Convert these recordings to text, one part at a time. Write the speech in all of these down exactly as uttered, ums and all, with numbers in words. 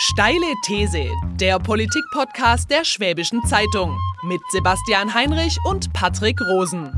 Steile These, der Politik-Podcast der Schwäbischen Zeitung mit Sebastian Heinrich und Patrick Rosen.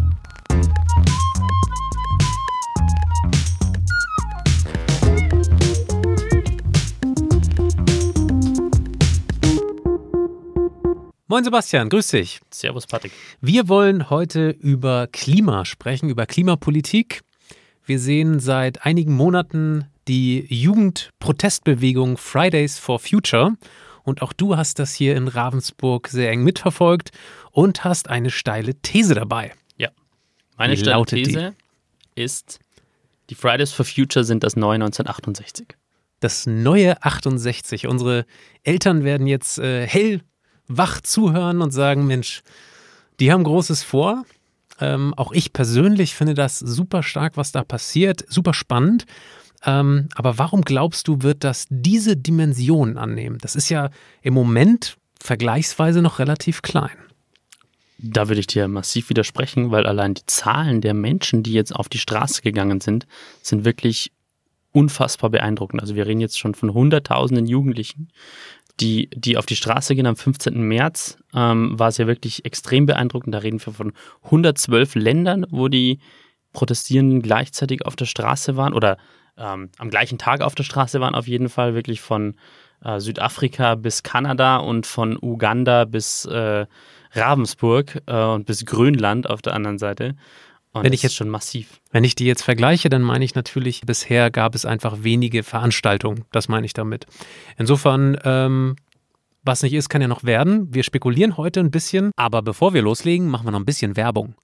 Moin Sebastian, grüß dich. Servus Patrick. Wir wollen heute über Klima sprechen, über Klimapolitik. Wir sehen seit einigen Monaten die Jugendprotestbewegung Fridays for Future. Und auch du hast das hier in Ravensburg sehr eng mitverfolgt und hast eine steile These dabei. Ja, meine Wie steile lautet These die? ist, die Fridays for Future sind das neue neunzehnhundertachtundsechzig. Das neue achtundsechzig. Unsere Eltern werden jetzt äh, hellwach zuhören und sagen, Mensch, die haben Großes vor. Ähm, auch ich persönlich finde das super stark, was da passiert, super spannend. Ähm, aber warum glaubst du, wird das diese Dimension annehmen? Das ist ja im Moment vergleichsweise noch relativ klein. Da würde ich dir massiv widersprechen, weil allein die Zahlen der Menschen, die jetzt auf die Straße gegangen sind, sind wirklich unfassbar beeindruckend. Also wir reden jetzt schon von Hunderttausenden Jugendlichen, die, die auf die Straße gehen. Am fünfzehnten März ähm, war es ja wirklich extrem beeindruckend. Da reden wir von hundertzwölf Ländern, wo die Protestierenden gleichzeitig auf der Straße waren oder ähm, am gleichen Tag auf der Straße waren auf jeden Fall. Wirklich von äh, Südafrika bis Kanada und von Uganda bis äh, Ravensburg äh, und bis Grönland auf der anderen Seite. Und Wenn das ich jetzt ist schon massiv. Wenn ich die jetzt vergleiche, dann meine ich natürlich, bisher gab es einfach wenige Veranstaltungen. Das meine ich damit. Insofern, ähm, was nicht ist, kann ja noch werden. Wir spekulieren heute ein bisschen. Aber bevor wir loslegen, machen wir noch ein bisschen Werbung.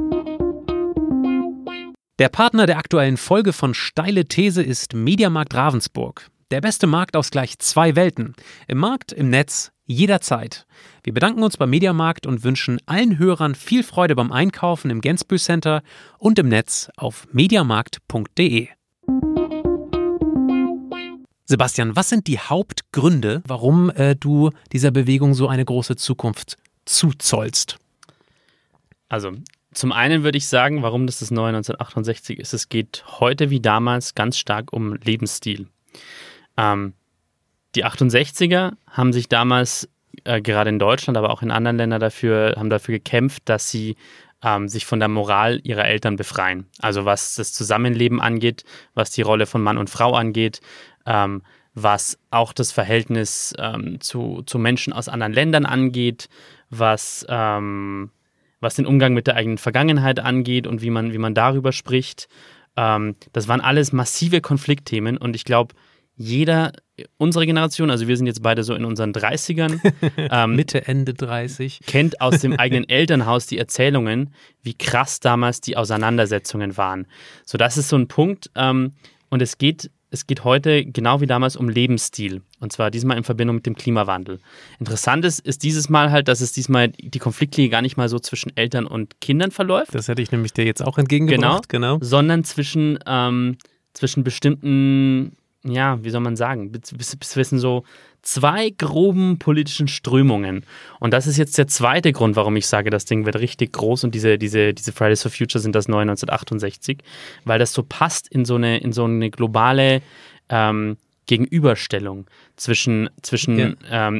Der Partner der aktuellen Folge von Steile These ist Mediamarkt Ravensburg. Der beste Markt aus gleich zwei Welten. Im Markt, im Netz, jederzeit. Wir bedanken uns beim Mediamarkt und wünschen allen Hörern viel Freude beim Einkaufen im Gensbühl Center und im Netz auf mediamarkt punkt de. Sebastian, was sind die Hauptgründe, warum äh, du dieser Bewegung so eine große Zukunft zuzollst? Also zum einen würde ich sagen, warum das das neue neunzehnhundertachtundsechzig ist. Es geht heute wie damals ganz stark um Lebensstil. Ähm, die achtundsechziger haben sich damals äh, gerade in Deutschland, aber auch in anderen Ländern dafür, haben dafür gekämpft, dass sie ähm, sich von der Moral ihrer Eltern befreien. Also was das Zusammenleben angeht, was die Rolle von Mann und Frau angeht, ähm, was auch das Verhältnis ähm, zu, zu Menschen aus anderen Ländern angeht, was, ähm, was den Umgang mit der eigenen Vergangenheit angeht und wie man, wie man darüber spricht. Ähm, das waren alles massive Konfliktthemen und ich glaube, jeder, unsere Generation, also wir sind jetzt beide so in unseren dreißigern, ähm, Mitte, Ende dreißig, kennt aus dem eigenen Elternhaus die Erzählungen, wie krass damals die Auseinandersetzungen waren. So, das ist so ein Punkt ähm, und es geht, es geht heute genau wie damals um Lebensstil und zwar diesmal in Verbindung mit dem Klimawandel. Interessant ist, ist dieses Mal halt, dass es diesmal die Konfliktlinie gar nicht mal so zwischen Eltern und Kindern verläuft. Das hätte ich nämlich dir jetzt auch entgegengebracht, genau, genau. Sondern zwischen, ähm, zwischen bestimmten, ja, wie soll man sagen, bis, bis, bis wissen so zwei groben politischen Strömungen. Und das ist jetzt der zweite Grund, warum ich sage, das Ding wird richtig groß und diese, diese, diese Fridays for Future sind das neue neunzehnhundertachtundsechzig, weil das so passt in so eine, in so eine globale ähm, Gegenüberstellung zwischen, zwischen, ja.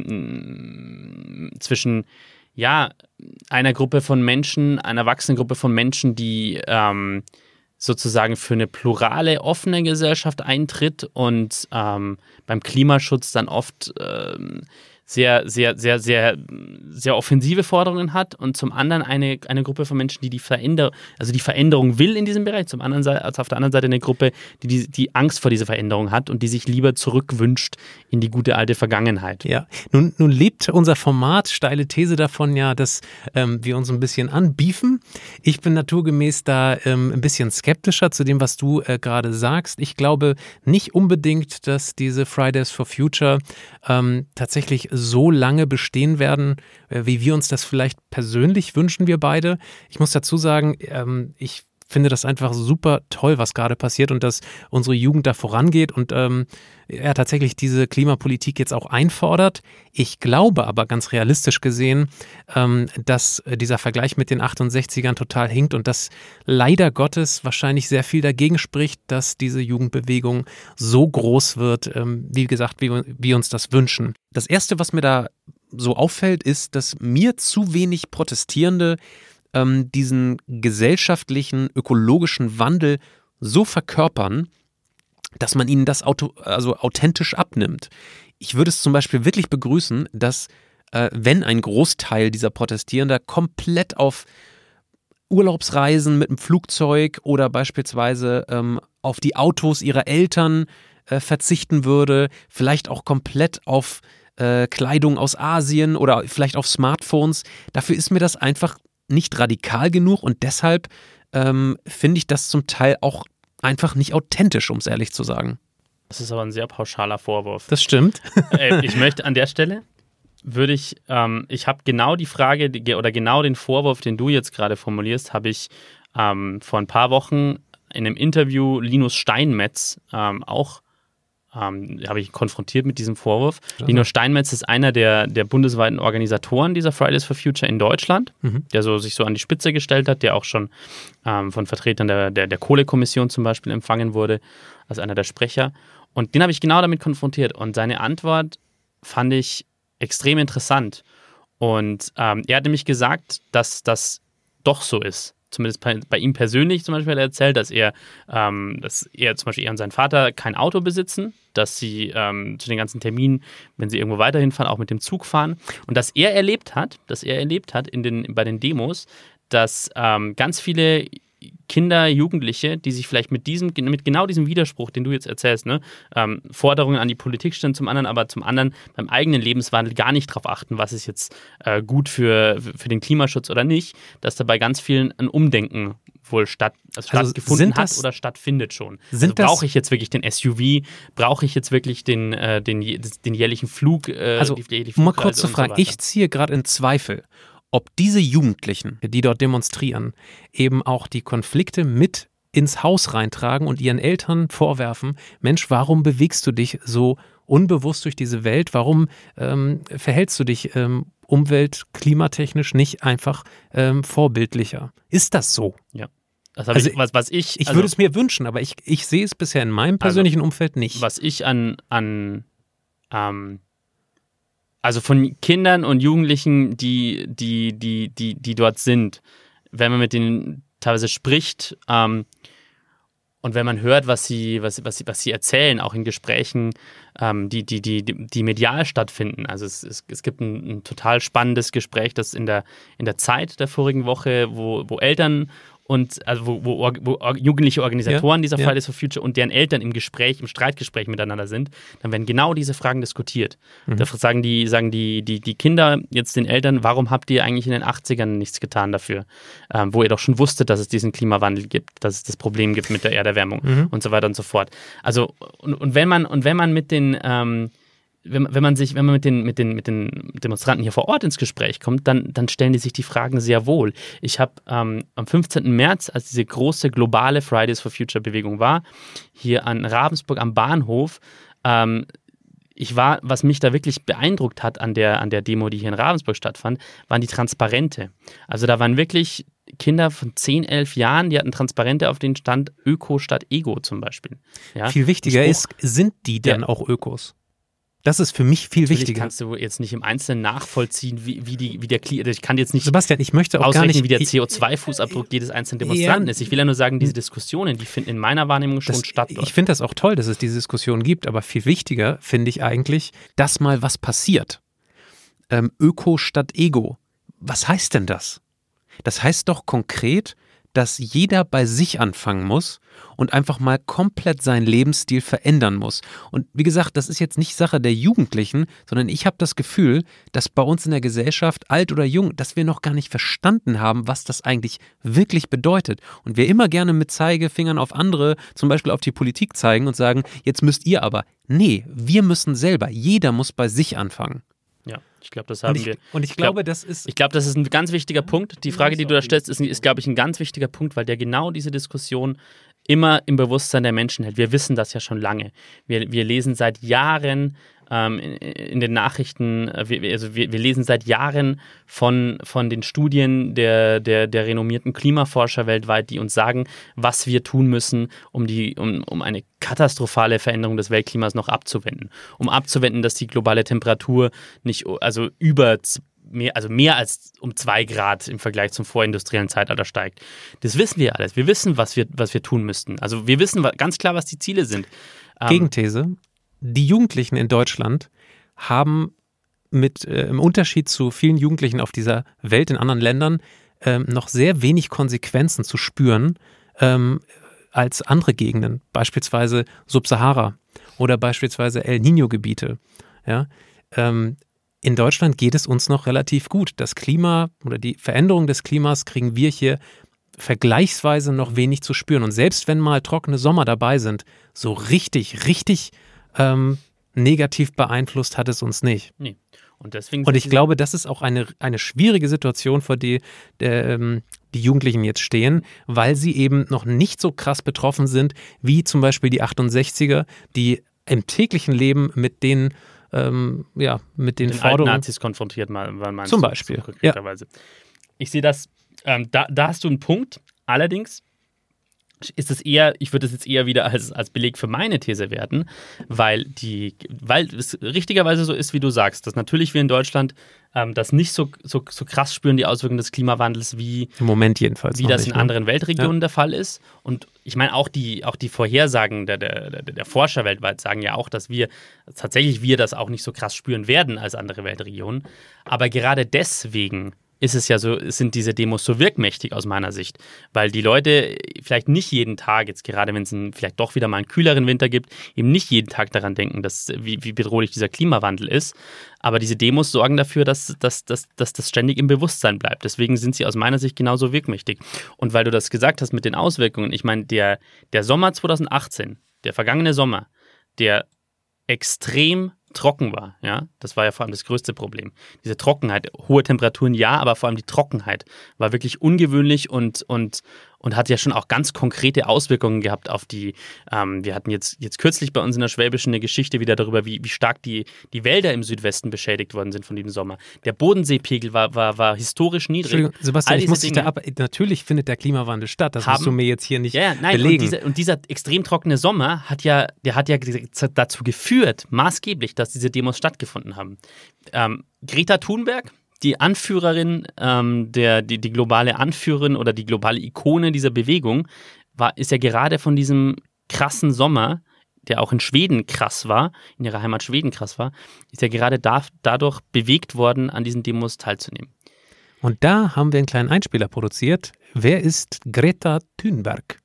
ähm, zwischen ja, einer Gruppe von Menschen, einer erwachsenen Gruppe von Menschen, die ähm, sozusagen für eine plurale, offene Gesellschaft eintritt und ähm, beim Klimaschutz dann oft ähm, sehr, sehr, sehr, sehr, sehr offensive Forderungen hat und zum anderen eine, eine Gruppe von Menschen, die die Veränderung, also die Veränderung will in diesem Bereich, zum anderen Seite, also auf der anderen Seite eine Gruppe, die, die die Angst vor dieser Veränderung hat und die sich lieber zurückwünscht in die gute alte Vergangenheit. Ja, nun, nun lebt unser Format Steile These davon ja, dass ähm, wir uns ein bisschen anbiefen. Ich bin naturgemäß da ähm, ein bisschen skeptischer zu dem, was du äh, gerade sagst. Ich glaube nicht unbedingt, dass diese Fridays for Future ähm, tatsächlich so lange bestehen werden, wie wir uns das vielleicht persönlich wünschen, wir beide. Ich muss dazu sagen, ähm, ich finde das einfach super toll, was gerade passiert und dass unsere Jugend da vorangeht und ähm, er tatsächlich diese Klimapolitik jetzt auch einfordert. Ich glaube aber ganz realistisch gesehen, ähm, dass dieser Vergleich mit den achtundsechzigern total hinkt und dass leider Gottes wahrscheinlich sehr viel dagegen spricht, dass diese Jugendbewegung so groß wird, ähm, wie gesagt, wie wir uns das wünschen. Das Erste, was mir da so auffällt, ist, dass mir zu wenig Protestierende ähm, diesen gesellschaftlichen, ökologischen Wandel so verkörpern, dass man ihnen das auto, also authentisch abnimmt. Ich würde es zum Beispiel wirklich begrüßen, dass äh, wenn ein Großteil dieser Protestierender komplett auf Urlaubsreisen mit dem Flugzeug oder beispielsweise ähm, auf die Autos ihrer Eltern äh, verzichten würde, vielleicht auch komplett auf äh, Kleidung aus Asien oder vielleicht auf Smartphones. Dafür ist mir das einfach nicht radikal genug und deshalb ähm, finde ich das zum Teil auch einfach nicht authentisch, um es ehrlich zu sagen. Das ist aber ein sehr pauschaler Vorwurf. Das stimmt. äh, ich möchte an der Stelle, würde ich, ähm, ich habe genau die Frage die, oder genau den Vorwurf, den du jetzt gerade formulierst, habe ich ähm, vor ein paar Wochen in einem Interview Linus Steinmetz ähm, auch ähm, habe ich konfrontiert mit diesem Vorwurf. Ja. Linus Steinmetz ist einer der, der bundesweiten Organisatoren dieser Fridays for Future in Deutschland, mhm. der so, sich so an die Spitze gestellt hat, der auch schon ähm, von Vertretern der, der, der Kohlekommission zum Beispiel empfangen wurde, als einer der Sprecher. Und den habe ich genau damit konfrontiert. Und seine Antwort fand ich extrem interessant. Und ähm, er hat nämlich gesagt, dass das doch so ist. Zumindest bei, bei ihm persönlich zum Beispiel hat er erzählt, dass er, ähm, dass er zum Beispiel er und sein Vater kein Auto besitzen, dass sie ähm, zu den ganzen Terminen, wenn sie irgendwo weiterhin fahren, auch mit dem Zug fahren. Und dass er erlebt hat, dass er erlebt hat in den, bei den Demos, dass ähm, ganz viele Kinder, Jugendliche, die sich vielleicht mit diesem, mit genau diesem Widerspruch, den du jetzt erzählst, ne, ähm, Forderungen an die Politik stellen zum anderen, aber zum anderen beim eigenen Lebenswandel gar nicht darauf achten, was ist jetzt äh, gut für, für den Klimaschutz oder nicht, dass dabei ganz vielen ein Umdenken wohl statt, also also stattgefunden das, hat oder stattfindet schon. Sind also brauche ich jetzt wirklich den S U V? Brauche ich jetzt wirklich den, äh, den, den jährlichen Flug? Äh, also, die, die um mal kurz zu fragen, so ich ziehe gerade in Zweifel, ob diese Jugendlichen, die dort demonstrieren, eben auch die Konflikte mit ins Haus reintragen und ihren Eltern vorwerfen, Mensch, warum bewegst du dich so unbewusst durch diese Welt? Warum ähm, verhältst du dich ähm, umwelt-, klimatechnisch nicht einfach ähm, vorbildlicher? Ist das so? Ja. Das also ich, was, was ich, ich also, würde es mir wünschen, aber ich, ich sehe es bisher in meinem persönlichen also, Umfeld nicht. Was ich an, an ähm, also von Kindern und Jugendlichen, die, die, die, die, die dort sind, wenn man mit denen teilweise spricht ähm, und wenn man hört, was sie, was, was, sie, was sie erzählen, auch in Gesprächen, ähm, die, die, die, die medial stattfinden. Also es, es, es gibt ein, ein total spannendes Gespräch, das in der, in der Zeit der vorigen Woche, wo, wo Eltern und also wo, wo, wo jugendliche Organisatoren ja, dieser ja. Fridays for Future und deren Eltern im Gespräch, im Streitgespräch miteinander sind, dann werden genau diese Fragen diskutiert. Mhm. Da sagen die, sagen die, die, die Kinder jetzt den Eltern, warum habt ihr eigentlich in den achtzigern nichts getan dafür, ähm, wo ihr doch schon wusstet, dass es diesen Klimawandel gibt, dass es das Problem gibt mit der Erderwärmung mhm. und so weiter und so fort. Also und, und wenn man und wenn man mit den ähm, Wenn, wenn man sich, wenn man mit den, mit den, mit den Demonstranten hier vor Ort ins Gespräch kommt, dann, dann stellen die sich die Fragen sehr wohl. Ich habe ähm, am fünfzehnten März, als diese große globale Fridays for Future Bewegung war, hier an Ravensburg am Bahnhof, ähm, ich war, was mich da wirklich beeindruckt hat an der, an der Demo, die hier in Ravensburg stattfand, waren die Transparente. Also da waren wirklich Kinder von zehn, elf Jahren, die hatten Transparente auf den Stand Öko statt Ego zum Beispiel. Ja? Viel wichtiger ist, sind die denn ja. auch Ökos? Das ist für mich viel Natürlich wichtiger. Kannst du jetzt nicht im Einzelnen nachvollziehen, wie, wie, die, wie der Klima. Ich kann jetzt nicht Sebastian, ich möchte auch ausrechnen, gar nicht, wie der C O zwei Fußabdruck jedes einzelnen Demonstranten ja, ist. Ich will ja nur sagen, diese Diskussionen, die finden in meiner Wahrnehmung schon das, statt. Dort. Ich finde das auch toll, dass es diese Diskussion gibt, aber viel wichtiger finde ich eigentlich, dass mal was passiert. Ähm, Öko statt Ego. Was heißt denn das? Das heißt doch konkret, dass jeder bei sich anfangen muss und einfach mal komplett seinen Lebensstil verändern muss. Und wie gesagt, das ist jetzt nicht Sache der Jugendlichen, sondern ich habe das Gefühl, dass bei uns in der Gesellschaft, alt oder jung, dass wir noch gar nicht verstanden haben, was das eigentlich wirklich bedeutet. Und wir immer gerne mit Zeigefingern auf andere, zum Beispiel auf die Politik zeigen und sagen, jetzt müsst ihr aber. Nee, wir müssen selber. Jeder muss bei sich anfangen. Ja, ich glaube, das haben und ich, wir. Und ich, ich glaube, glaub, das ist... Ich glaube, das ist ein ganz wichtiger Punkt. Die Frage, die du da stellst, ist, ist glaube ich, ein ganz wichtiger Punkt, weil der genau diese Diskussion immer im Bewusstsein der Menschen hält. Wir wissen das ja schon lange. Wir, wir lesen seit Jahren ähm, in, in den Nachrichten, äh, wir, also wir, wir lesen seit Jahren von, von den Studien der, der, der renommierten Klimaforscher weltweit, die uns sagen, was wir tun müssen, um, die, um, um eine katastrophale Veränderung des Weltklimas noch abzuwenden. Um abzuwenden, dass die globale Temperatur nicht, also über Mehr, also mehr als um zwei Grad im Vergleich zum vorindustriellen Zeitalter steigt. Das wissen wir alles. Wir wissen, was wir, was wir tun müssten. Also wir wissen ganz klar, was die Ziele sind. Ähm, Gegenthese. Die Jugendlichen in Deutschland haben mit, äh, im Unterschied zu vielen Jugendlichen auf dieser Welt in anderen Ländern äh, noch sehr wenig Konsequenzen zu spüren ähm, als andere Gegenden. Beispielsweise Subsahara oder beispielsweise El Niño-Gebiete. Ja, ähm, In Deutschland geht es uns noch relativ gut. Das Klima oder die Veränderung des Klimas kriegen wir hier vergleichsweise noch wenig zu spüren. Und selbst wenn mal trockene Sommer dabei sind, so richtig, richtig ähm, negativ beeinflusst hat es uns nicht. Nee. Und, deswegen Und ich glaube, das ist auch eine, eine schwierige Situation, vor der ähm, die Jugendlichen jetzt stehen, weil sie eben noch nicht so krass betroffen sind, wie zum Beispiel die achtundsechziger, die im täglichen Leben mit den Ähm, ja, mit den, den Forderungen. alten Nazis konfrontiert waren, meinst Zum du, Beispiel. So konkreterweise. Ja. Ich sehe das, ähm, da, da hast du einen Punkt. Allerdings ist es eher, ich würde es jetzt eher wieder als, als Beleg für meine These werten, weil die, weil es richtigerweise so ist, wie du sagst, dass natürlich wir in Deutschland ähm, das nicht so, so, so krass spüren, die Auswirkungen des Klimawandels, wie im Moment jedenfalls. Wie das nicht, in anderen Weltregionen ja. der Fall ist. Und ich meine, auch die, auch die Vorhersagen der, der, der, der Forscher weltweit sagen ja auch, dass wir tatsächlich wir das auch nicht so krass spüren werden als andere Weltregionen. Aber gerade deswegen ist es ja so, sind diese Demos so wirkmächtig aus meiner Sicht, weil die Leute vielleicht nicht jeden Tag, jetzt gerade wenn es einen, vielleicht doch wieder mal einen kühleren Winter gibt, eben nicht jeden Tag daran denken, dass, wie, wie bedrohlich dieser Klimawandel ist. Aber diese Demos sorgen dafür, dass, dass, dass, dass das ständig im Bewusstsein bleibt. Deswegen sind sie aus meiner Sicht genauso wirkmächtig. Und weil du das gesagt hast mit den Auswirkungen, ich meine, der, der Sommer zweitausendachtzehn, der vergangene Sommer, der extrem trocken war, ja, das war ja vor allem das größte Problem. Diese Trockenheit, hohe Temperaturen ja, aber vor allem die Trockenheit war wirklich ungewöhnlich und, und, und hat ja schon auch ganz konkrete Auswirkungen gehabt auf die, ähm, wir hatten jetzt, jetzt kürzlich bei uns in der Schwäbischen eine Geschichte wieder darüber, wie, wie stark die, die Wälder im Südwesten beschädigt worden sind von diesem Sommer. Der Bodenseepegel war, war, war historisch niedrig. Entschuldigung, Sebastian, ich muss dich Dinge da ab. Natürlich findet der Klimawandel statt, das haben, musst du mir jetzt hier nicht ja, nein, belegen. Und dieser, und dieser extrem trockene Sommer hat ja, der hat ja dazu geführt, maßgeblich, dass diese Demos stattgefunden haben. Ähm, Greta Thunberg, die Anführerin, ähm, der, die, die globale Anführerin oder die globale Ikone dieser Bewegung, war, ist ja gerade von diesem krassen Sommer, der auch in Schweden krass war, in ihrer Heimat Schweden krass war, ist ja gerade da, dadurch bewegt worden, an diesen Demos teilzunehmen. Und da haben wir einen kleinen Einspieler produziert. Wer ist Greta Thunberg?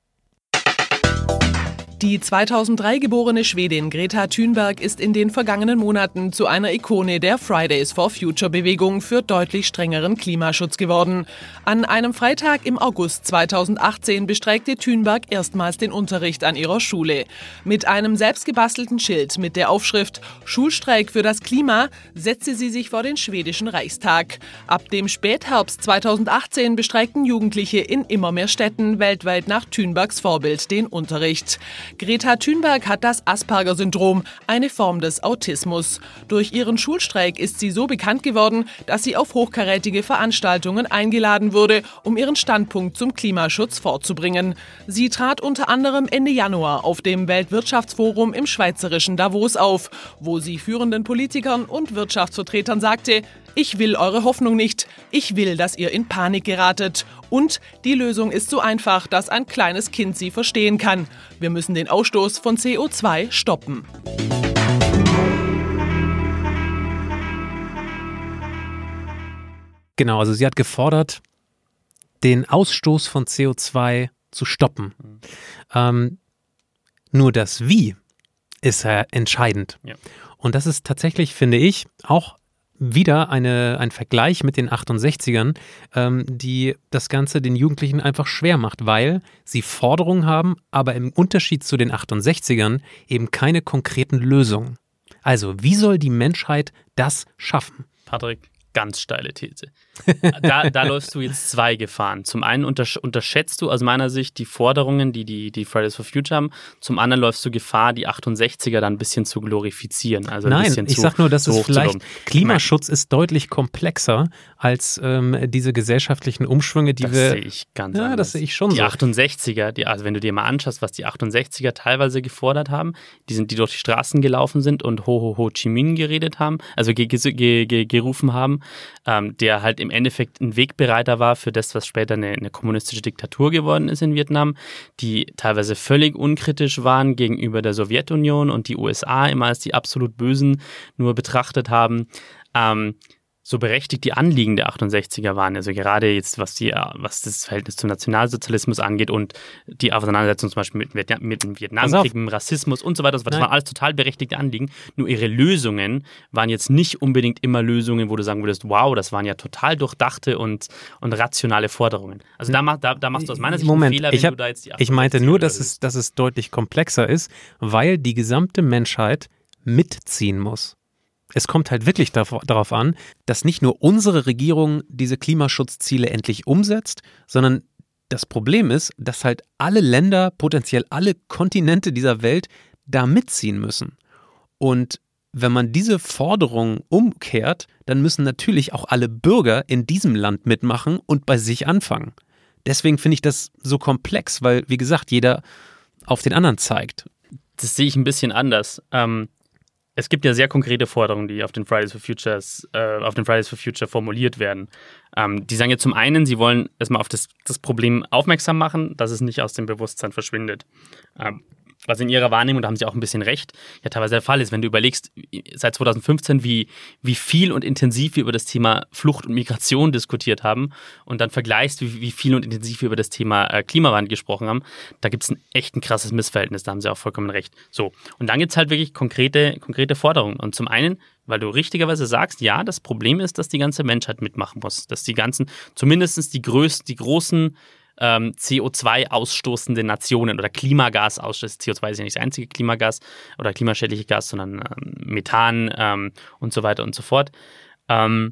Die zweitausenddrei geborene Schwedin Greta Thunberg ist in den vergangenen Monaten zu einer Ikone der Fridays for Future-Bewegung für deutlich strengeren Klimaschutz geworden. An einem Freitag im August zweitausendachtzehn bestreikte Thunberg erstmals den Unterricht an ihrer Schule. Mit einem selbstgebastelten Schild mit der Aufschrift »Schulstreik für das Klima« setzte sie sich vor den schwedischen Reichstag. Ab dem Spätherbst zweitausendachtzehn bestreikten Jugendliche in immer mehr Städten weltweit nach Thunbergs Vorbild den Unterricht. Greta Thunberg hat das Asperger-Syndrom, eine Form des Autismus. Durch ihren Schulstreik ist sie so bekannt geworden, dass sie auf hochkarätige Veranstaltungen eingeladen wurde, um ihren Standpunkt zum Klimaschutz vorzubringen. Sie trat unter anderem Ende Januar auf dem Weltwirtschaftsforum im schweizerischen Davos auf, wo sie führenden Politikern und Wirtschaftsvertretern sagte: Ich will eure Hoffnung nicht. Ich will, dass ihr in Panik geratet. Und die Lösung ist so einfach, dass ein kleines Kind sie verstehen kann. Wir müssen den Ausstoß von C O zwei stoppen. Genau, also sie hat gefordert, den Ausstoß von C O zwei zu stoppen. Mhm. Ähm, nur das Wie ist ja entscheidend. Ja. Und das ist tatsächlich, finde ich, auch wieder eine, ein Vergleich mit den achtundsechzigern, ähm, die das Ganze den Jugendlichen einfach schwer macht, weil sie Forderungen haben, aber im Unterschied zu den achtundsechzigern eben keine konkreten Lösungen. Also, wie soll die Menschheit das schaffen? Patrick, ganz steile These. Da, da läufst du jetzt zwei Gefahren. Zum einen untersch- unterschätzt du aus meiner Sicht die Forderungen, die, die die Fridays for Future haben. Zum anderen läufst du Gefahr, die achtundsechziger dann ein bisschen zu glorifizieren. Also ein Nein, bisschen ich zu, sag nur, dass zu es vielleicht, hochzuloben. Klimaschutz ist deutlich komplexer als ähm, diese gesellschaftlichen Umschwünge, die Das wir... sehe ich ganz Ja, anders. das sehe ich schon die so. achtundsechziger, die, also wenn du dir mal anschaust, was die achtundsechziger teilweise gefordert haben, die sind, die durch die Straßen gelaufen sind und Ho Ho Ho Chi Minh geredet haben, also ge, ge, ge, gerufen haben, ähm, der halt im Endeffekt ein Wegbereiter war für das, was später eine, eine kommunistische Diktatur geworden ist in Vietnam, die teilweise völlig unkritisch waren gegenüber der Sowjetunion und die U S A immer als die absolut Bösen nur betrachtet haben. Ähm, so berechtigt die Anliegen der achtundsechziger waren, also gerade jetzt, was, die, was das Verhältnis zum Nationalsozialismus angeht und die Auseinandersetzung zum Beispiel mit, Vietnam, mit dem Vietnamkrieg, mit dem Rassismus und so weiter, das Nein. waren alles total berechtigte Anliegen, nur ihre Lösungen waren jetzt nicht unbedingt immer Lösungen, wo du sagen würdest, wow, das waren ja total durchdachte und, und rationale Forderungen. Also da, da, da machst du aus meiner Sicht Moment, einen Fehler, wenn ich hab, du da jetzt die Ich meinte nur, dass erhöhst. es, dass es deutlich komplexer ist, weil die gesamte Menschheit mitziehen muss. Es kommt halt wirklich darauf an, dass nicht nur unsere Regierung diese Klimaschutzziele endlich umsetzt, sondern das Problem ist, dass halt alle Länder, potenziell alle Kontinente dieser Welt da mitziehen müssen. Und wenn man diese Forderung umkehrt, dann müssen natürlich auch alle Bürger in diesem Land mitmachen und bei sich anfangen. Deswegen finde ich das so komplex, weil, wie gesagt, jeder auf den anderen zeigt. Das sehe ich ein bisschen anders. Ähm, Es gibt ja sehr konkrete Forderungen, die auf den Fridays for Futures, äh, auf den Fridays for Future formuliert werden. Ähm, die sagen ja zum einen, sie wollen erstmal auf das, das Problem aufmerksam machen, dass es nicht aus dem Bewusstsein verschwindet. Ähm, was in ihrer Wahrnehmung, da haben sie auch ein bisschen recht, ja teilweise der Fall ist, wenn du überlegst, seit zweitausendfünfzehn, wie, wie viel und intensiv wir über das Thema Flucht und Migration diskutiert haben und dann vergleichst, wie, wie viel und intensiv wir über das Thema äh, Klimawandel gesprochen haben, da gibt es ein echt ein krasses Missverhältnis, da haben sie auch vollkommen recht. So, und dann gibt es halt wirklich konkrete, konkrete Forderungen. Und zum einen, weil du richtigerweise sagst, ja, das Problem ist, dass die ganze Menschheit mitmachen muss, dass die ganzen, zumindest die größten, die großen Ähm, C O zwei ausstoßende Nationen oder Klimagas ausstoßende, C O zwei ist ja nicht das einzige Klimagas oder klimaschädliche Gas, sondern ähm, Methan ähm, und so weiter und so fort. Ähm,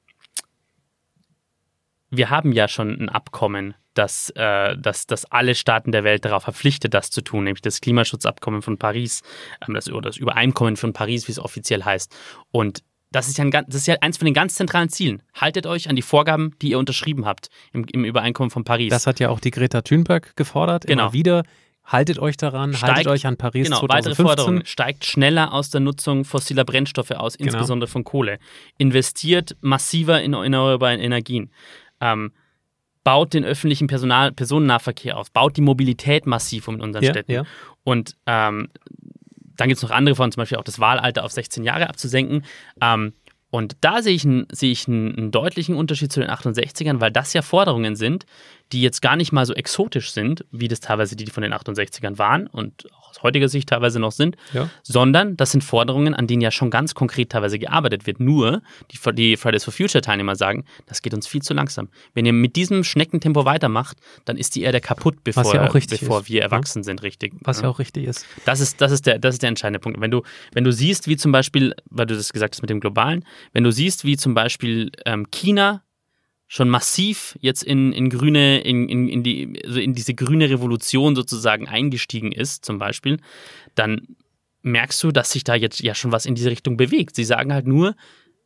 wir haben ja schon ein Abkommen, das, äh, das, das alle Staaten der Welt darauf verpflichtet, das zu tun, nämlich das Klimaschutzabkommen von Paris, ähm, das, oder das Übereinkommen von Paris, wie es offiziell heißt. Und Das ist, ja ein, das ist ja eins von den ganz zentralen Zielen. Haltet euch an die Vorgaben, die ihr unterschrieben habt im, im Übereinkommen von Paris. Das hat ja auch die Greta Thunberg gefordert, genau. immer wieder. Haltet euch daran, steigt, haltet euch an Paris genau, zweitausendfünfzehn. Weitere Forderung, steigt schneller aus der Nutzung fossiler Brennstoffe aus, genau. insbesondere von Kohle. Investiert massiver in erneuerbare Energien. Ähm, baut den öffentlichen Personal- Personennahverkehr auf. Baut die Mobilität massiv um in unseren ja, Städten. Ja. Und ähm, dann gibt es noch andere Formen, zum Beispiel auch das Wahlalter auf sechzehn Jahre abzusenken. Ähm, Und da sehe ich, einen, sehe ich einen, einen deutlichen Unterschied zu den achtundsechzigern, weil das ja Forderungen sind, die jetzt gar nicht mal so exotisch sind, wie das teilweise die von den achtundsechzigern waren und auch aus heutiger Sicht teilweise noch sind, ja. sondern das sind Forderungen, an denen ja schon ganz konkret teilweise gearbeitet wird. Nur die, die Fridays for Future Teilnehmer sagen, das geht uns viel zu langsam. Wenn ihr mit diesem Schneckentempo weitermacht, dann ist die Erde kaputt, bevor, ja bevor ist, wir erwachsen ja? sind, richtig. Was ja. ja auch richtig ist. Das ist, das ist, der, das ist der entscheidende Punkt. Wenn du, wenn du siehst, wie zum Beispiel, weil du das gesagt hast mit dem Globalen, wenn du siehst, wie zum Beispiel ähm, China schon massiv jetzt in, in grüne, in, in, in, die, also in diese grüne Revolution sozusagen eingestiegen ist, zum Beispiel, dann merkst du, dass sich da jetzt ja schon was in diese Richtung bewegt. Sie sagen halt nur,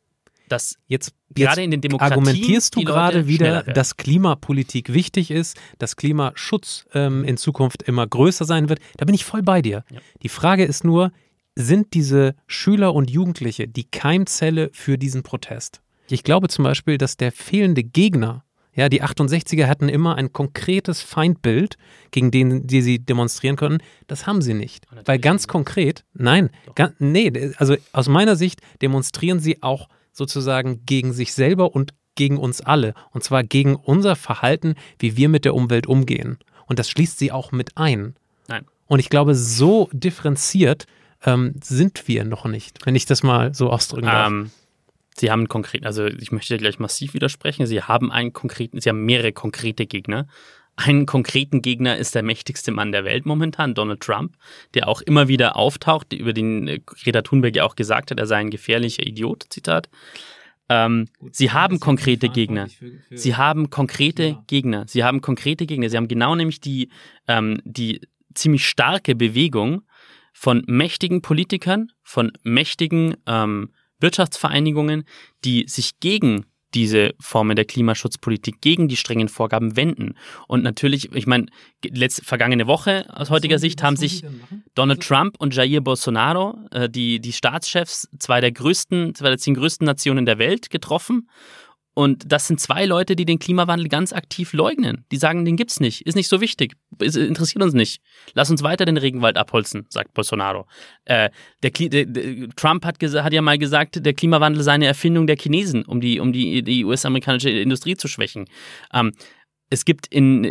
dass jetzt, gerade jetzt in den Demokratien argumentierst du die gerade Leute wieder, dass Klimapolitik wichtig ist, dass Klimaschutz ähm, in Zukunft immer größer sein wird. Da bin ich voll bei dir. Ja. Die Frage ist nur, sind diese Schüler und Jugendliche die Keimzelle für diesen Protest? Ich glaube zum Beispiel, dass der fehlende Gegner, ja, die achtundsechziger hatten immer ein konkretes Feindbild, gegen den die sie demonstrieren können. Das haben sie nicht. Natürlich Weil ganz konkret, nein, ga, nee, also aus meiner Sicht demonstrieren sie auch sozusagen gegen sich selber und gegen uns alle. Und zwar gegen unser Verhalten, wie wir mit der Umwelt umgehen. Und das schließt sie auch mit ein. Nein. Und ich glaube, so differenziert ähm, sind wir noch nicht, wenn ich das mal so ausdrücken darf. Ähm, Sie haben konkret, also ich möchte gleich massiv widersprechen, Sie haben einen konkreten, Sie haben mehrere konkrete Gegner, einen konkreten Gegner ist der mächtigste Mann der Welt momentan, Donald Trump, der auch immer wieder auftaucht, über den Greta Thunberg ja auch gesagt hat, er sei ein gefährlicher Idiot, Zitat. Ähm, Gut, sie haben konkrete Gegner. Für, für sie haben konkrete ja. Gegner. Sie haben konkrete Gegner. Sie haben genau nämlich die, ähm, die ziemlich starke Bewegung von mächtigen Politikern, von mächtigen ähm, Wirtschaftsvereinigungen, die sich gegen diese Formen der Klimaschutzpolitik, gegen die strengen Vorgaben wenden. Und natürlich, ich meine, letzte, vergangene Woche aus heutiger was Sicht haben sich Donald Trump und Jair Bolsonaro, äh, die, die Staatschefs, zwei der größten, zwei der zehn größten Nationen der Welt getroffen. Und das sind zwei Leute, die den Klimawandel ganz aktiv leugnen. Die sagen, den gibt's nicht, ist nicht so wichtig, ist, interessiert uns nicht. Lass uns weiter den Regenwald abholzen, sagt Bolsonaro. Äh, der, der, der, Trump hat, hat ja mal gesagt, der Klimawandel sei eine Erfindung der Chinesen, um die, um die, die U S-amerikanische Industrie zu schwächen. Ähm, Es gibt in,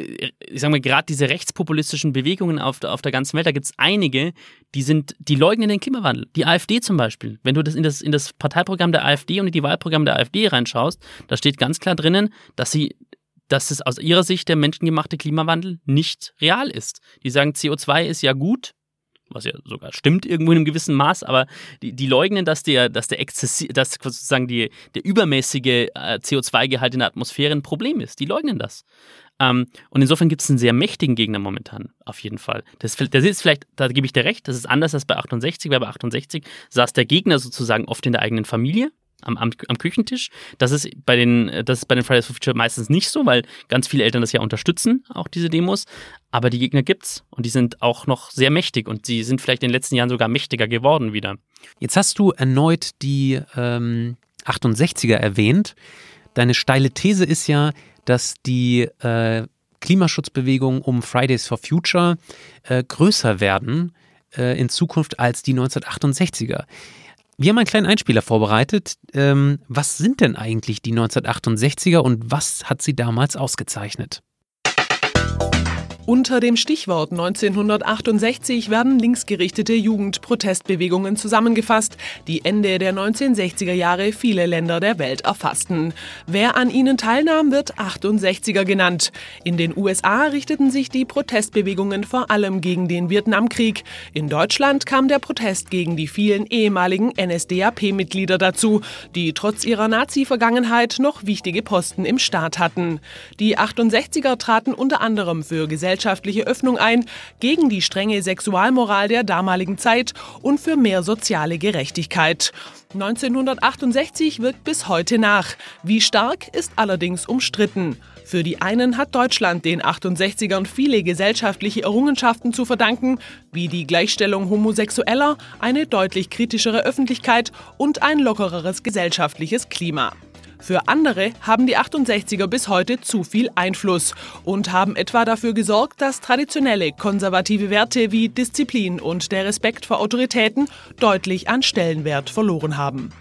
ich sag mal, gerade diese rechtspopulistischen Bewegungen auf, auf der ganzen Welt, da gibt es einige, die sind, die leugnen den Klimawandel. Die AfD zum Beispiel. Wenn du das in das, in das Parteiprogramm der AfD und in die Wahlprogramme der AfD reinschaust, da steht ganz klar drinnen, dass sie, dass es aus ihrer Sicht der menschengemachte Klimawandel nicht real ist. Die sagen, C O zwei ist ja gut, was ja sogar stimmt irgendwo in einem gewissen Maß, aber die, die leugnen, dass der, dass der Exzessi- dass sozusagen die, der übermäßige äh, C O zwei Gehalt in der Atmosphäre ein Problem ist. Die leugnen das. Ähm, und insofern gibt es einen sehr mächtigen Gegner momentan, auf jeden Fall. Das, das ist vielleicht, da gebe ich dir recht, das ist anders als bei achtundsechzig, weil bei achtundsechzig saß der Gegner sozusagen oft in der eigenen Familie. Am, am, am Küchentisch. Das ist bei den, das ist bei den Fridays for Future meistens nicht so, weil ganz viele Eltern das ja unterstützen, auch diese Demos. Aber die Gegner gibt's und die sind auch noch sehr mächtig und sie sind vielleicht in den letzten Jahren sogar mächtiger geworden wieder. Jetzt hast du erneut die ähm, achtundsechziger erwähnt. Deine steile These ist ja, dass die äh, Klimaschutzbewegung um Fridays for Future äh, größer werden äh, in Zukunft als die neunzehnhundertachtundsechziger. Wir haben einen kleinen Einspieler vorbereitet. Ähm, was sind denn eigentlich die neunzehnhundertachtundsechziger und was hat sie damals ausgezeichnet? Unter dem Stichwort neunzehnhundertachtundsechzig werden linksgerichtete Jugendprotestbewegungen zusammengefasst, die Ende der neunzehnhundertsechziger Jahre viele Länder der Welt erfassten. Wer an ihnen teilnahm, wird achtundsechziger genannt. In den U S A richteten sich die Protestbewegungen vor allem gegen den Vietnamkrieg. In Deutschland kam der Protest gegen die vielen ehemaligen N S D A P-Mitglieder dazu, die trotz ihrer Nazi-Vergangenheit noch wichtige Posten im Staat hatten. Die achtundsechziger traten unter anderem für gesellschaftliche gesellschaftliche Öffnung ein, gegen die strenge Sexualmoral der damaligen Zeit und für mehr soziale Gerechtigkeit. neunzehnhundertachtundsechzig wirkt bis heute nach. Wie stark ist allerdings umstritten. Für die einen hat Deutschland den achtundsechzigern viele gesellschaftliche Errungenschaften zu verdanken, wie die Gleichstellung Homosexueller, eine deutlich kritischere Öffentlichkeit und ein lockereres gesellschaftliches Klima. Für andere haben die achtundsechziger bis heute zu viel Einfluss und haben etwa dafür gesorgt, dass traditionelle konservative Werte wie Disziplin und der Respekt vor Autoritäten deutlich an Stellenwert verloren haben.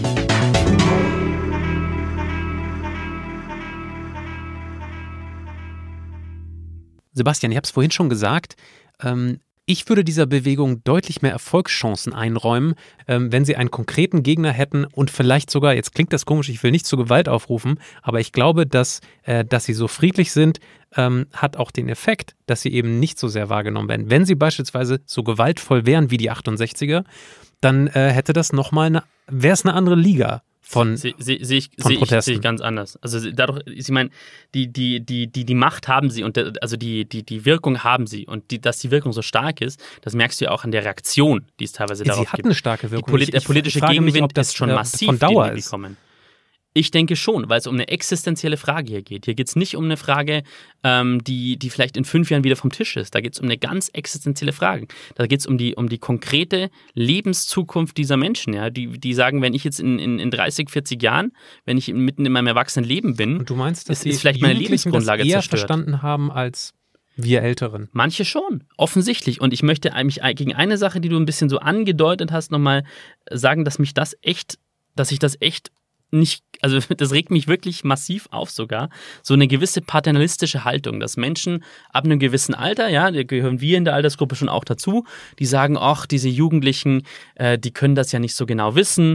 Sebastian, ich habe es vorhin schon gesagt, ähm ich würde dieser Bewegung deutlich mehr Erfolgschancen einräumen, ähm, wenn sie einen konkreten Gegner hätten und vielleicht sogar, jetzt klingt das komisch, ich will nicht zur Gewalt aufrufen, aber ich glaube, dass, äh, dass sie so friedlich sind, ähm, hat auch den Effekt, dass sie eben nicht so sehr wahrgenommen werden. Wenn sie beispielsweise so gewaltvoll wären wie die achtundsechziger, dann äh, hätte das nochmal eine, wäre es eine andere Liga. Von, sehe seh, seh ich, von seh ich, seh ich ganz anders. Also dadurch, ich meine, die, die, die, die, die Macht haben sie und der, also die, die, die Wirkung haben sie und die, dass die Wirkung so stark ist, das merkst du ja auch an der Reaktion, die es teilweise darauf gibt. Sie hat eine starke Wirkung. Polit- der politische Gegenwind mich, das ist schon massiv, von Dauer den die ist. bekommen. Ich denke schon, weil es um eine existenzielle Frage hier geht. Hier geht es nicht um eine Frage, ähm, die, die vielleicht in fünf Jahren wieder vom Tisch ist. Da geht es um eine ganz existenzielle Frage. Da geht es um die, um die konkrete Lebenszukunft dieser Menschen. Ja? Die, die sagen, wenn ich jetzt in, in, in dreißig, vierzig Jahren, wenn ich mitten in meinem Erwachsenenleben bin, und du meinst, dass ist, die ist vielleicht meine Jugendlichen Lebensgrundlage das eher zerstört. verstanden haben als wir Älteren? Manche schon, offensichtlich. Und ich möchte mich gegen eine Sache, die du ein bisschen so angedeutet hast, nochmal sagen, dass mich das echt, dass ich das echt nicht, also das regt mich wirklich massiv auf sogar, so eine gewisse paternalistische Haltung, dass Menschen ab einem gewissen Alter, ja, da gehören wir in der Altersgruppe schon auch dazu, die sagen, ach, diese Jugendlichen, äh, die können das ja nicht so genau wissen,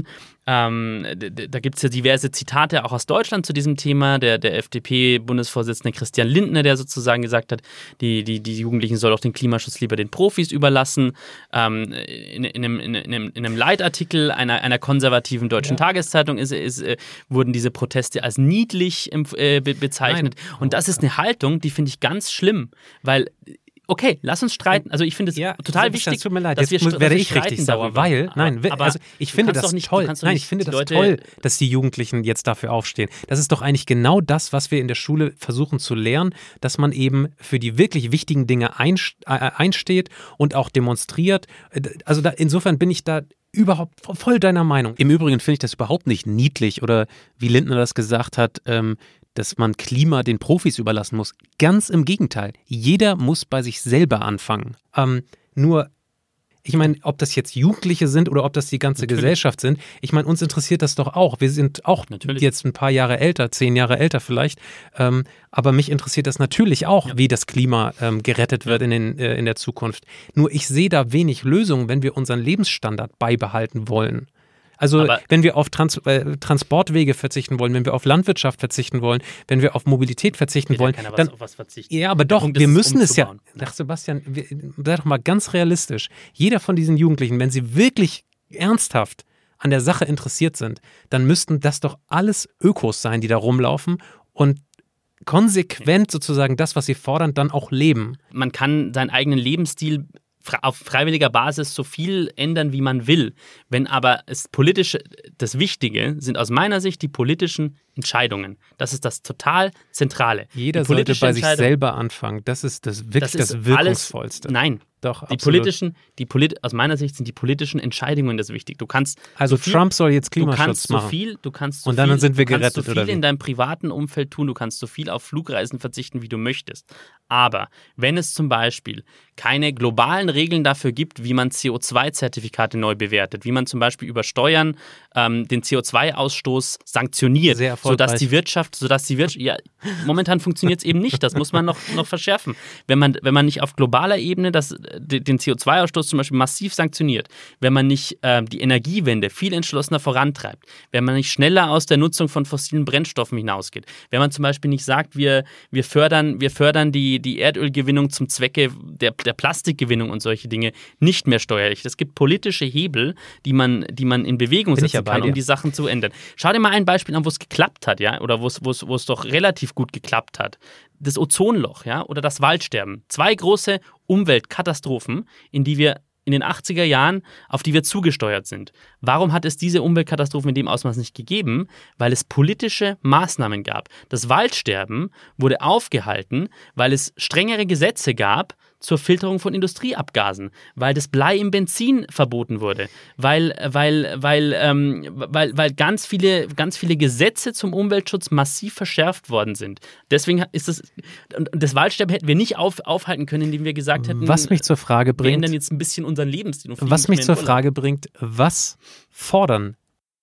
Ähm, da gibt es ja diverse Zitate auch aus Deutschland zu diesem Thema. Der, der F D P-Bundesvorsitzende Christian Lindner, der sozusagen gesagt hat, die, die, die Jugendlichen sollen auch den Klimaschutz lieber den Profis überlassen. Ähm, in, in, einem, in, einem, in einem Leitartikel einer, einer konservativen deutschen ja. Tageszeitung ist, ist, äh, wurden diese Proteste als niedlich äh, be- bezeichnet. Nein. Und das ist eine Haltung, die finde ich ganz schlimm, weil okay, lass uns streiten. Also ich finde es ja, total wichtig, das tut mir leid. dass Jetzt wir werde ich richtig sauer, weil, aber, nein, aber also ich finde das nicht, toll. Nein, ich finde das Leute toll, dass die Jugendlichen jetzt dafür aufstehen. Das ist doch eigentlich genau das, was wir in der Schule versuchen zu lernen, dass man eben für die wirklich wichtigen Dinge einsteht und auch demonstriert. Also da, insofern bin ich da überhaupt voll deiner Meinung. Im Übrigen finde ich das überhaupt nicht niedlich oder wie Lindner das gesagt hat, ähm, dass man Klima den Profis überlassen muss. Ganz im Gegenteil. Jeder muss bei sich selber anfangen. Ähm, nur, ich meine, ob das jetzt Jugendliche sind oder ob das die ganze Natürlich. Gesellschaft sind, ich meine, uns interessiert das doch auch. Wir sind auch natürlich. Jetzt ein paar Jahre älter, zehn Jahre älter vielleicht, ähm, aber mich interessiert das natürlich auch, ja. wie das Klima ähm, gerettet wird in, den, äh, in der Zukunft. Nur ich sehe da wenig Lösungen, wenn wir unseren Lebensstandard beibehalten wollen. Also aber wenn wir auf Trans- äh, Transportwege verzichten wollen, wenn wir auf Landwirtschaft verzichten wollen, wenn wir auf Mobilität verzichten wollen, ja dann was auf was verzichten. Ja, aber doch, Punkt wir ist, müssen es ja. umzubauen. Ach Sebastian, wir, sei doch mal ganz realistisch. Jeder von diesen Jugendlichen, wenn sie wirklich ernsthaft an der Sache interessiert sind, dann müssten das doch alles Ökos sein, die da rumlaufen und konsequent sozusagen das, was sie fordern, dann auch leben. Man kann seinen eigenen Lebensstil auf freiwilliger Basis so viel ändern, wie man will. Wenn aber es politische, das Wichtige sind aus meiner Sicht die politischen Entscheidungen. Das ist das total Zentrale. Jeder sollte bei sich selber anfangen. Das ist das wirklich das, das Wirkungsvollste. Alles, nein. Doch, die politischen, die Polit, aus meiner Sicht sind die politischen Entscheidungen das wichtig. Du kannst also so viel, Trump soll jetzt Klimaschutz du kannst machen. So viel, du kannst so und dann viel, sind wir du gerettet, kannst so oder viel wie? in deinem privaten Umfeld tun, du kannst so viel auf Flugreisen verzichten, wie du möchtest. Aber wenn es zum Beispiel keine globalen Regeln dafür gibt, wie man C O zwei Zertifikate neu bewertet, wie man zum Beispiel über Steuern ähm, den C O zwei Ausstoß sanktioniert, sodass die Wirtschaft, sodass die Wirtschaft, ja, momentan funktioniert es eben nicht, das muss man noch, noch verschärfen. Wenn man, wenn man nicht auf globaler Ebene das, den C O zwei Ausstoß zum Beispiel massiv sanktioniert, wenn man nicht äh, die Energiewende viel entschlossener vorantreibt, wenn man nicht schneller aus der Nutzung von fossilen Brennstoffen hinausgeht, wenn man zum Beispiel nicht sagt, wir, wir fördern, wir fördern die, die Erdölgewinnung zum Zwecke der, der Plastikgewinnung und solche Dinge nicht mehr steuerlich. Es gibt politische Hebel, die man, die man in Bewegung setzen ja kann, um die Sachen zu ändern. Schau dir mal ein Beispiel an, wo es geklappt hat, ja, oder wo es, wo es, wo es doch relativ gut geklappt hat. Das Ozonloch, ja, oder das Waldsterben. Zwei große Umweltkatastrophen, in die wir in den achtziger Jahren, auf die wir zugesteuert sind. Warum hat es diese Umweltkatastrophen in dem Ausmaß nicht gegeben? Weil es politische Maßnahmen gab. Das Waldsterben wurde aufgehalten, weil es strengere Gesetze gab zur Filterung von Industrieabgasen, weil das Blei im Benzin verboten wurde, weil, weil, weil, ähm, weil, weil ganz viele, ganz viele Gesetze zum Umweltschutz massiv verschärft worden sind. Deswegen ist das, das Waldsterben hätten wir nicht auf, aufhalten können, indem wir gesagt hätten, was mich zur Frage bringt, wir ändern jetzt ein bisschen unseren Lebensstil. Und was mich zur Frage bringt, was fordern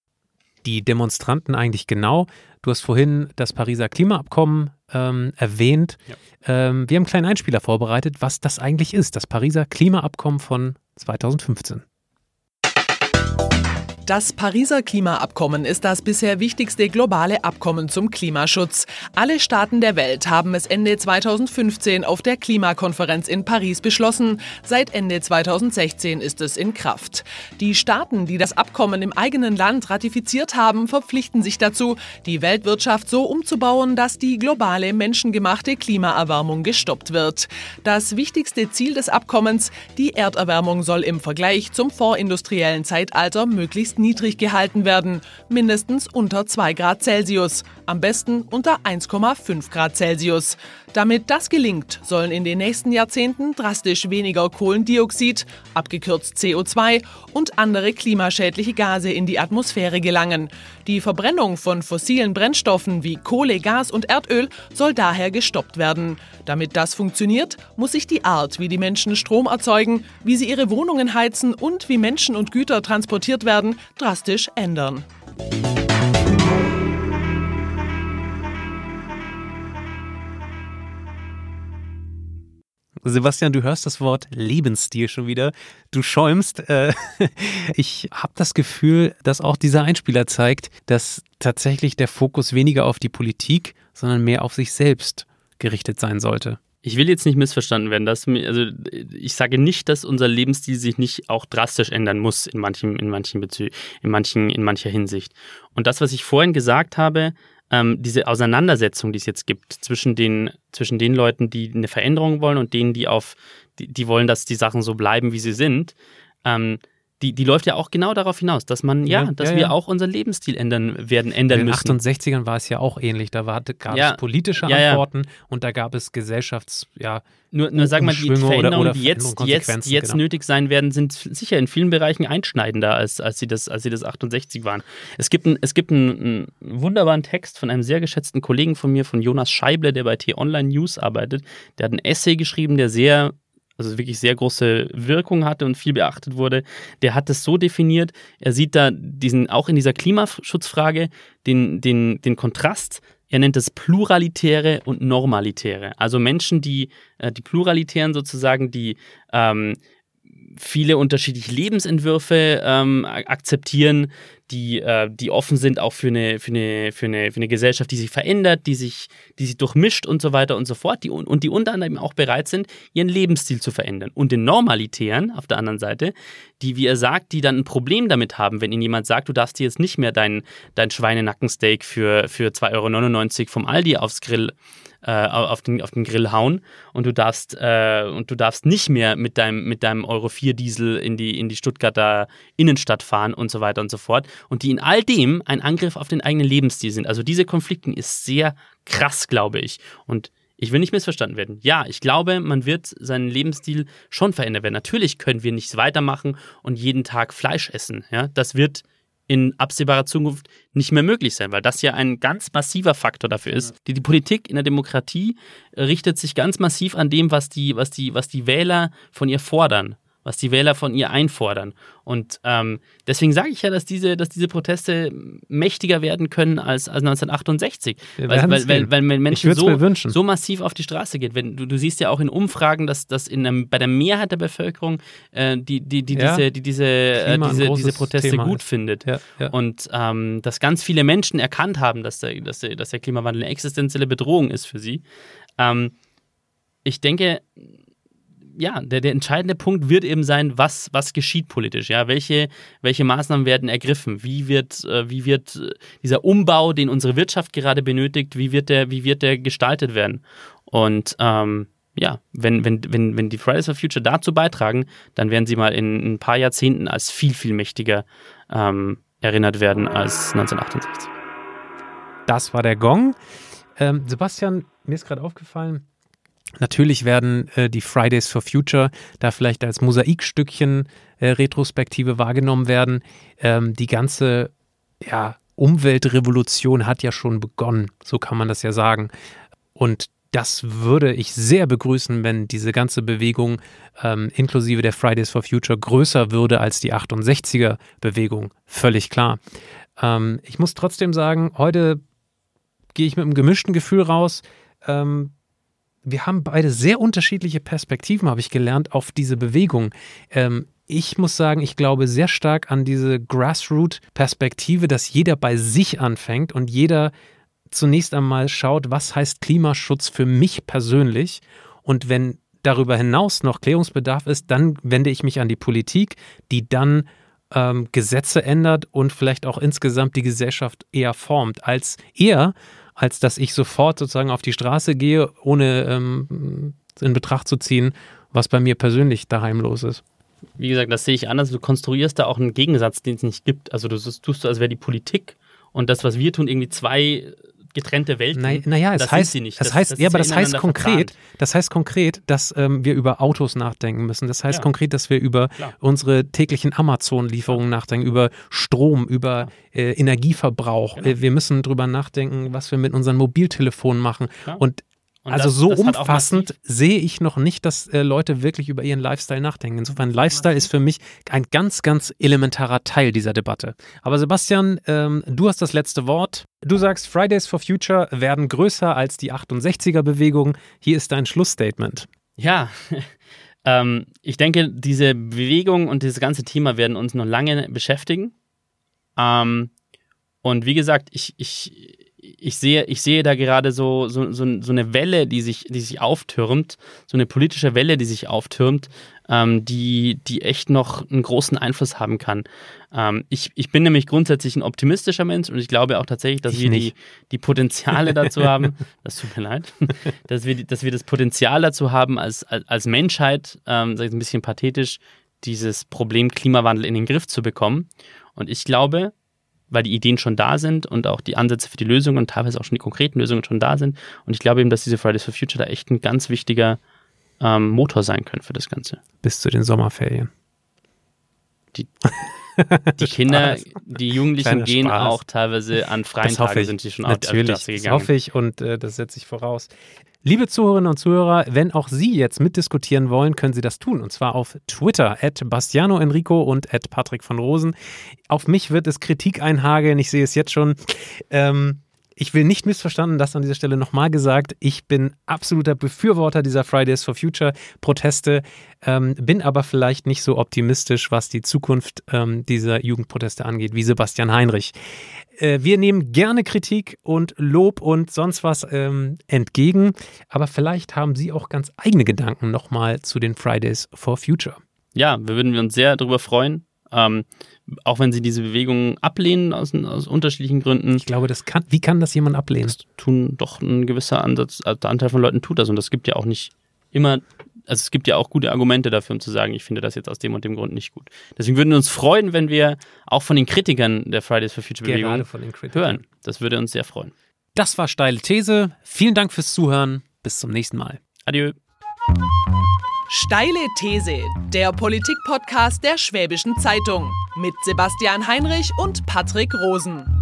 die Demonstranten eigentlich genau? Du hast vorhin das Pariser Klimaabkommen ähm, erwähnt. Ja. Ähm, wir haben einen kleinen Einspieler vorbereitet, was das eigentlich ist, das Pariser Klimaabkommen von zweitausendfünfzehn. Das Pariser Klimaabkommen ist das bisher wichtigste globale Abkommen zum Klimaschutz. Alle Staaten der Welt haben es Ende zweitausendfünfzehn auf der Klimakonferenz in Paris beschlossen. Seit Ende zweitausendsechzehn ist es in Kraft. Die Staaten, die das Abkommen im eigenen Land ratifiziert haben, verpflichten sich dazu, die Weltwirtschaft so umzubauen, dass die globale menschengemachte Klimaerwärmung gestoppt wird. Das wichtigste Ziel des Abkommens, die Erderwärmung soll im Vergleich zum vorindustriellen Zeitalter möglichst niedrig gehalten werden, mindestens unter zwei Grad Celsius, am besten unter eins Komma fünf Grad Celsius. Damit das gelingt, sollen in den nächsten Jahrzehnten drastisch weniger Kohlendioxid, abgekürzt C O zwei, und andere klimaschädliche Gase in die Atmosphäre gelangen. Die Verbrennung von fossilen Brennstoffen wie Kohle, Gas und Erdöl soll daher gestoppt werden. Damit das funktioniert, muss sich die Art, wie die Menschen Strom erzeugen, wie sie ihre Wohnungen heizen und wie Menschen und Güter transportiert werden, drastisch ändern. Sebastian, du hörst das Wort Lebensstil schon wieder. Du schäumst. Äh, ich habe das Gefühl, dass auch dieser Einspieler zeigt, dass tatsächlich der Fokus weniger auf die Politik, sondern mehr auf sich selbst gerichtet sein sollte. Ich will jetzt nicht missverstanden werden. Dass, also ich sage nicht, dass unser Lebensstil sich nicht auch drastisch ändern muss in manchen, in manchen Bezü- in manchen, in mancher Hinsicht. Und das, was ich vorhin gesagt habe, ähm, diese Auseinandersetzung, die es jetzt gibt zwischen den, zwischen den Leuten, die eine Veränderung wollen und denen, die auf, die, die wollen, dass die Sachen so bleiben, wie sie sind, ähm, Die, die läuft ja auch genau darauf hinaus, dass man, ja, ja dass ja, wir ja. auch unseren Lebensstil ändern werden, ändern müssen. In den müssen. achtundsechzigern war es ja auch ähnlich. Da war, gab ja. es politische ja, Antworten ja. und da gab es Gesellschafts-, ja, Nur, nur sag mal, die Veränderungen, oder, oder die jetzt, die jetzt, die jetzt genau. nötig sein werden, sind sicher in vielen Bereichen einschneidender, als, als, sie, das, als sie das achtundsechzig waren. Es gibt, ein, es gibt einen, einen wunderbaren Text von einem sehr geschätzten Kollegen von mir, von Jonas Scheible, der bei T-Online News arbeitet. Der hat einen Essay geschrieben, der sehr also wirklich sehr große Wirkung hatte und viel beachtet wurde, der hat es so definiert, er sieht da diesen, auch in dieser Klimaschutzfrage, den, den, den Kontrast, er nennt es Pluralitäre und Normalitäre. Also Menschen, die, äh, die Pluralitären sozusagen, die ähm, viele unterschiedliche Lebensentwürfe ähm, akzeptieren, die, äh, die offen sind auch für eine, für, eine, für, eine, für eine Gesellschaft, die sich verändert, die sich, die sich durchmischt und so weiter und so fort, die, und die unter anderem auch bereit sind, ihren Lebensstil zu verändern. Und den Normalitären auf der anderen Seite, die, wie er sagt, die dann ein Problem damit haben, wenn ihnen jemand sagt, du darfst dir jetzt nicht mehr dein, dein Schweinenackensteak für, für zwei Euro neunundneunzig vom Aldi aufs Grill Auf den, auf den Grill hauen und du darfst äh, und du darfst nicht mehr mit deinem, mit deinem Euro vier Diesel in die, in die Stuttgarter Innenstadt fahren und so weiter und so fort. Und die in all dem ein Angriff auf den eigenen Lebensstil sind. Also diese Konflikte ist sehr krass, glaube ich. Und ich will nicht missverstanden werden. Ja, ich glaube, man wird seinen Lebensstil schon verändern werden. Natürlich können wir nicht weitermachen und jeden Tag Fleisch essen. Ja? Das wird in absehbarer Zukunft nicht mehr möglich sein, weil das ja ein ganz massiver Faktor dafür ist. Die, die Politik in der Demokratie richtet sich ganz massiv an dem, was die, was die, was die Wähler von ihr fordern, was die Wähler von ihr einfordern. Und ähm, deswegen sage ich ja, dass diese, dass diese Proteste mächtiger werden können als, als neunzehnhundertachtundsechzig. Weil, weil, weil, weil Menschen so, so massiv auf die Straße gehen. Wenn, du, du siehst ja auch in Umfragen, dass, dass in einem, bei der Mehrheit der Bevölkerung äh, die, die, die, ja. diese, die diese, äh, diese, diese Proteste Thema gut ist. findet. Ja, ja. Und ähm, dass ganz viele Menschen erkannt haben, dass der, dass der, dass der Klimawandel eine existenzielle Bedrohung ist für sie. Ähm, ich denke, ja, der, der entscheidende Punkt wird eben sein, was, was geschieht politisch, ja, welche, welche Maßnahmen werden ergriffen, wie wird, äh, wie wird dieser Umbau, den unsere Wirtschaft gerade benötigt, wie wird der, wie wird der gestaltet werden? Und ähm, ja, wenn, wenn, wenn, wenn die Fridays for Future dazu beitragen, dann werden sie mal in ein paar Jahrzehnten als viel, viel mächtiger ähm, erinnert werden als neunzehnhundertachtundsechzig. Das war der Gong. Ähm, Sebastian, mir ist gerade aufgefallen, natürlich werden äh, die Fridays for Future da vielleicht als Mosaikstückchen äh, Retrospektive wahrgenommen werden. Ähm, die ganze ja, Umweltrevolution hat ja schon begonnen, so kann man das ja sagen. Und das würde ich sehr begrüßen, wenn diese ganze Bewegung ähm, inklusive der Fridays for Future größer würde als die achtundsechziger-Bewegung. Völlig klar. Ähm, ich muss trotzdem sagen, heute gehe ich mit einem gemischten Gefühl raus. Ähm, Wir haben beide sehr unterschiedliche Perspektiven, habe ich gelernt, auf diese Bewegung. Ähm, ich muss sagen, ich glaube sehr stark an diese Grassroot-Perspektive, dass jeder bei sich anfängt und jeder zunächst einmal schaut, was heißt Klimaschutz für mich persönlich. Und wenn darüber hinaus noch Klärungsbedarf ist, dann wende ich mich an die Politik, die dann ähm, Gesetze ändert und vielleicht auch insgesamt die Gesellschaft eher formt, als eher als dass ich sofort sozusagen auf die Straße gehe, ohne ähm, in Betracht zu ziehen, was bei mir persönlich daheim los ist. Wie gesagt, das sehe ich anders. Du konstruierst da auch einen Gegensatz, den es nicht gibt. Also du tust so, als wäre die Politik und das, was wir tun, irgendwie zwei getrennte Welten. Naja, na es das heißt, sind sie nicht. Das, das heißt, das ja, aber das heißt konkret, verplant. das heißt konkret, dass ähm, wir über Autos nachdenken müssen. Das heißt ja. konkret, dass wir über Klar. unsere täglichen Amazon-Lieferungen ja. nachdenken, über Strom, über ja. äh, Energieverbrauch. Genau. Äh, wir müssen drüber nachdenken, was wir mit unseren Mobiltelefonen machen. Ja. Und Und also das, so das umfassend sehe ich noch nicht, dass äh, Leute wirklich über ihren Lifestyle nachdenken. Insofern, Lifestyle ist für mich ein ganz, ganz elementarer Teil dieser Debatte. Aber Sebastian, ähm, du hast das letzte Wort. Du sagst, Fridays for Future werden größer als die achtundsechziger-Bewegung. Hier ist dein Schlussstatement. Ja, ähm, ich denke, diese Bewegung und dieses ganze Thema werden uns noch lange beschäftigen. Ähm, und wie gesagt, ich, ich, ich, sehe, ich sehe da gerade so, so, so, so eine Welle, die sich, die sich auftürmt, so eine politische Welle, die sich auftürmt, ähm, die, die echt noch einen großen Einfluss haben kann. Ähm, ich, ich bin nämlich grundsätzlich ein optimistischer Mensch und ich glaube auch tatsächlich, dass ich wir nicht. die, die Potenziale dazu haben, das tut mir leid, dass wir, die, dass wir das Potenzial dazu haben, als, als, als Menschheit, ähm, sag ich ein bisschen pathetisch, dieses Problem Klimawandel in den Griff zu bekommen. Und ich glaube, weil die Ideen schon da sind und auch die Ansätze für die Lösungen und teilweise auch schon die konkreten Lösungen schon da sind. Und ich glaube eben, dass diese Fridays for Future da echt ein ganz wichtiger ähm, Motor sein können für das Ganze. Bis zu den Sommerferien. Die, die Kinder, die Jugendlichen Kleiner gehen Spaß. auch teilweise an freien Das hoffe Tagen ich. sind sie schon auf die Natürlich, Straße das gegangen. hoffe ich und äh, das setze ich voraus. Liebe Zuhörerinnen und Zuhörer, wenn auch Sie jetzt mitdiskutieren wollen, können Sie das tun. Und zwar auf Twitter, at Bastiano Enrico und at Patrick von Rosen. Auf mich wird es Kritik einhageln, ich sehe es jetzt schon. Ähm, ich will nicht missverstanden, das an dieser Stelle nochmal gesagt. Ich bin absoluter Befürworter dieser Fridays for Future Proteste, ähm, bin aber vielleicht nicht so optimistisch, was die Zukunft ähm, dieser Jugendproteste angeht, wie Sebastian Heinrich. Wir nehmen gerne Kritik und Lob und sonst was ähm, entgegen, aber vielleicht haben Sie auch ganz eigene Gedanken nochmal zu den Fridays for Future. Ja, wir würden uns sehr darüber freuen, ähm, auch wenn Sie diese Bewegung ablehnen aus, aus unterschiedlichen Gründen. Ich glaube, das kann, wie kann das jemand ablehnen? Das tun doch ein gewisser Ansatz, also der Anteil von Leuten tut das und das gibt ja auch nicht immer, also es gibt ja auch gute Argumente dafür, um zu sagen, ich finde das jetzt aus dem und dem Grund nicht gut. Deswegen würden wir uns freuen, wenn wir auch von den Kritikern der Fridays for Future Bewegung Gerade von den Kritikern hören. Das würde uns sehr freuen. Das war Steile These. Vielen Dank fürs Zuhören. Bis zum nächsten Mal. Adieu. Steile These, der Politik-Podcast der Schwäbischen Zeitung mit Sebastian Heinrich und Patrick Rosen.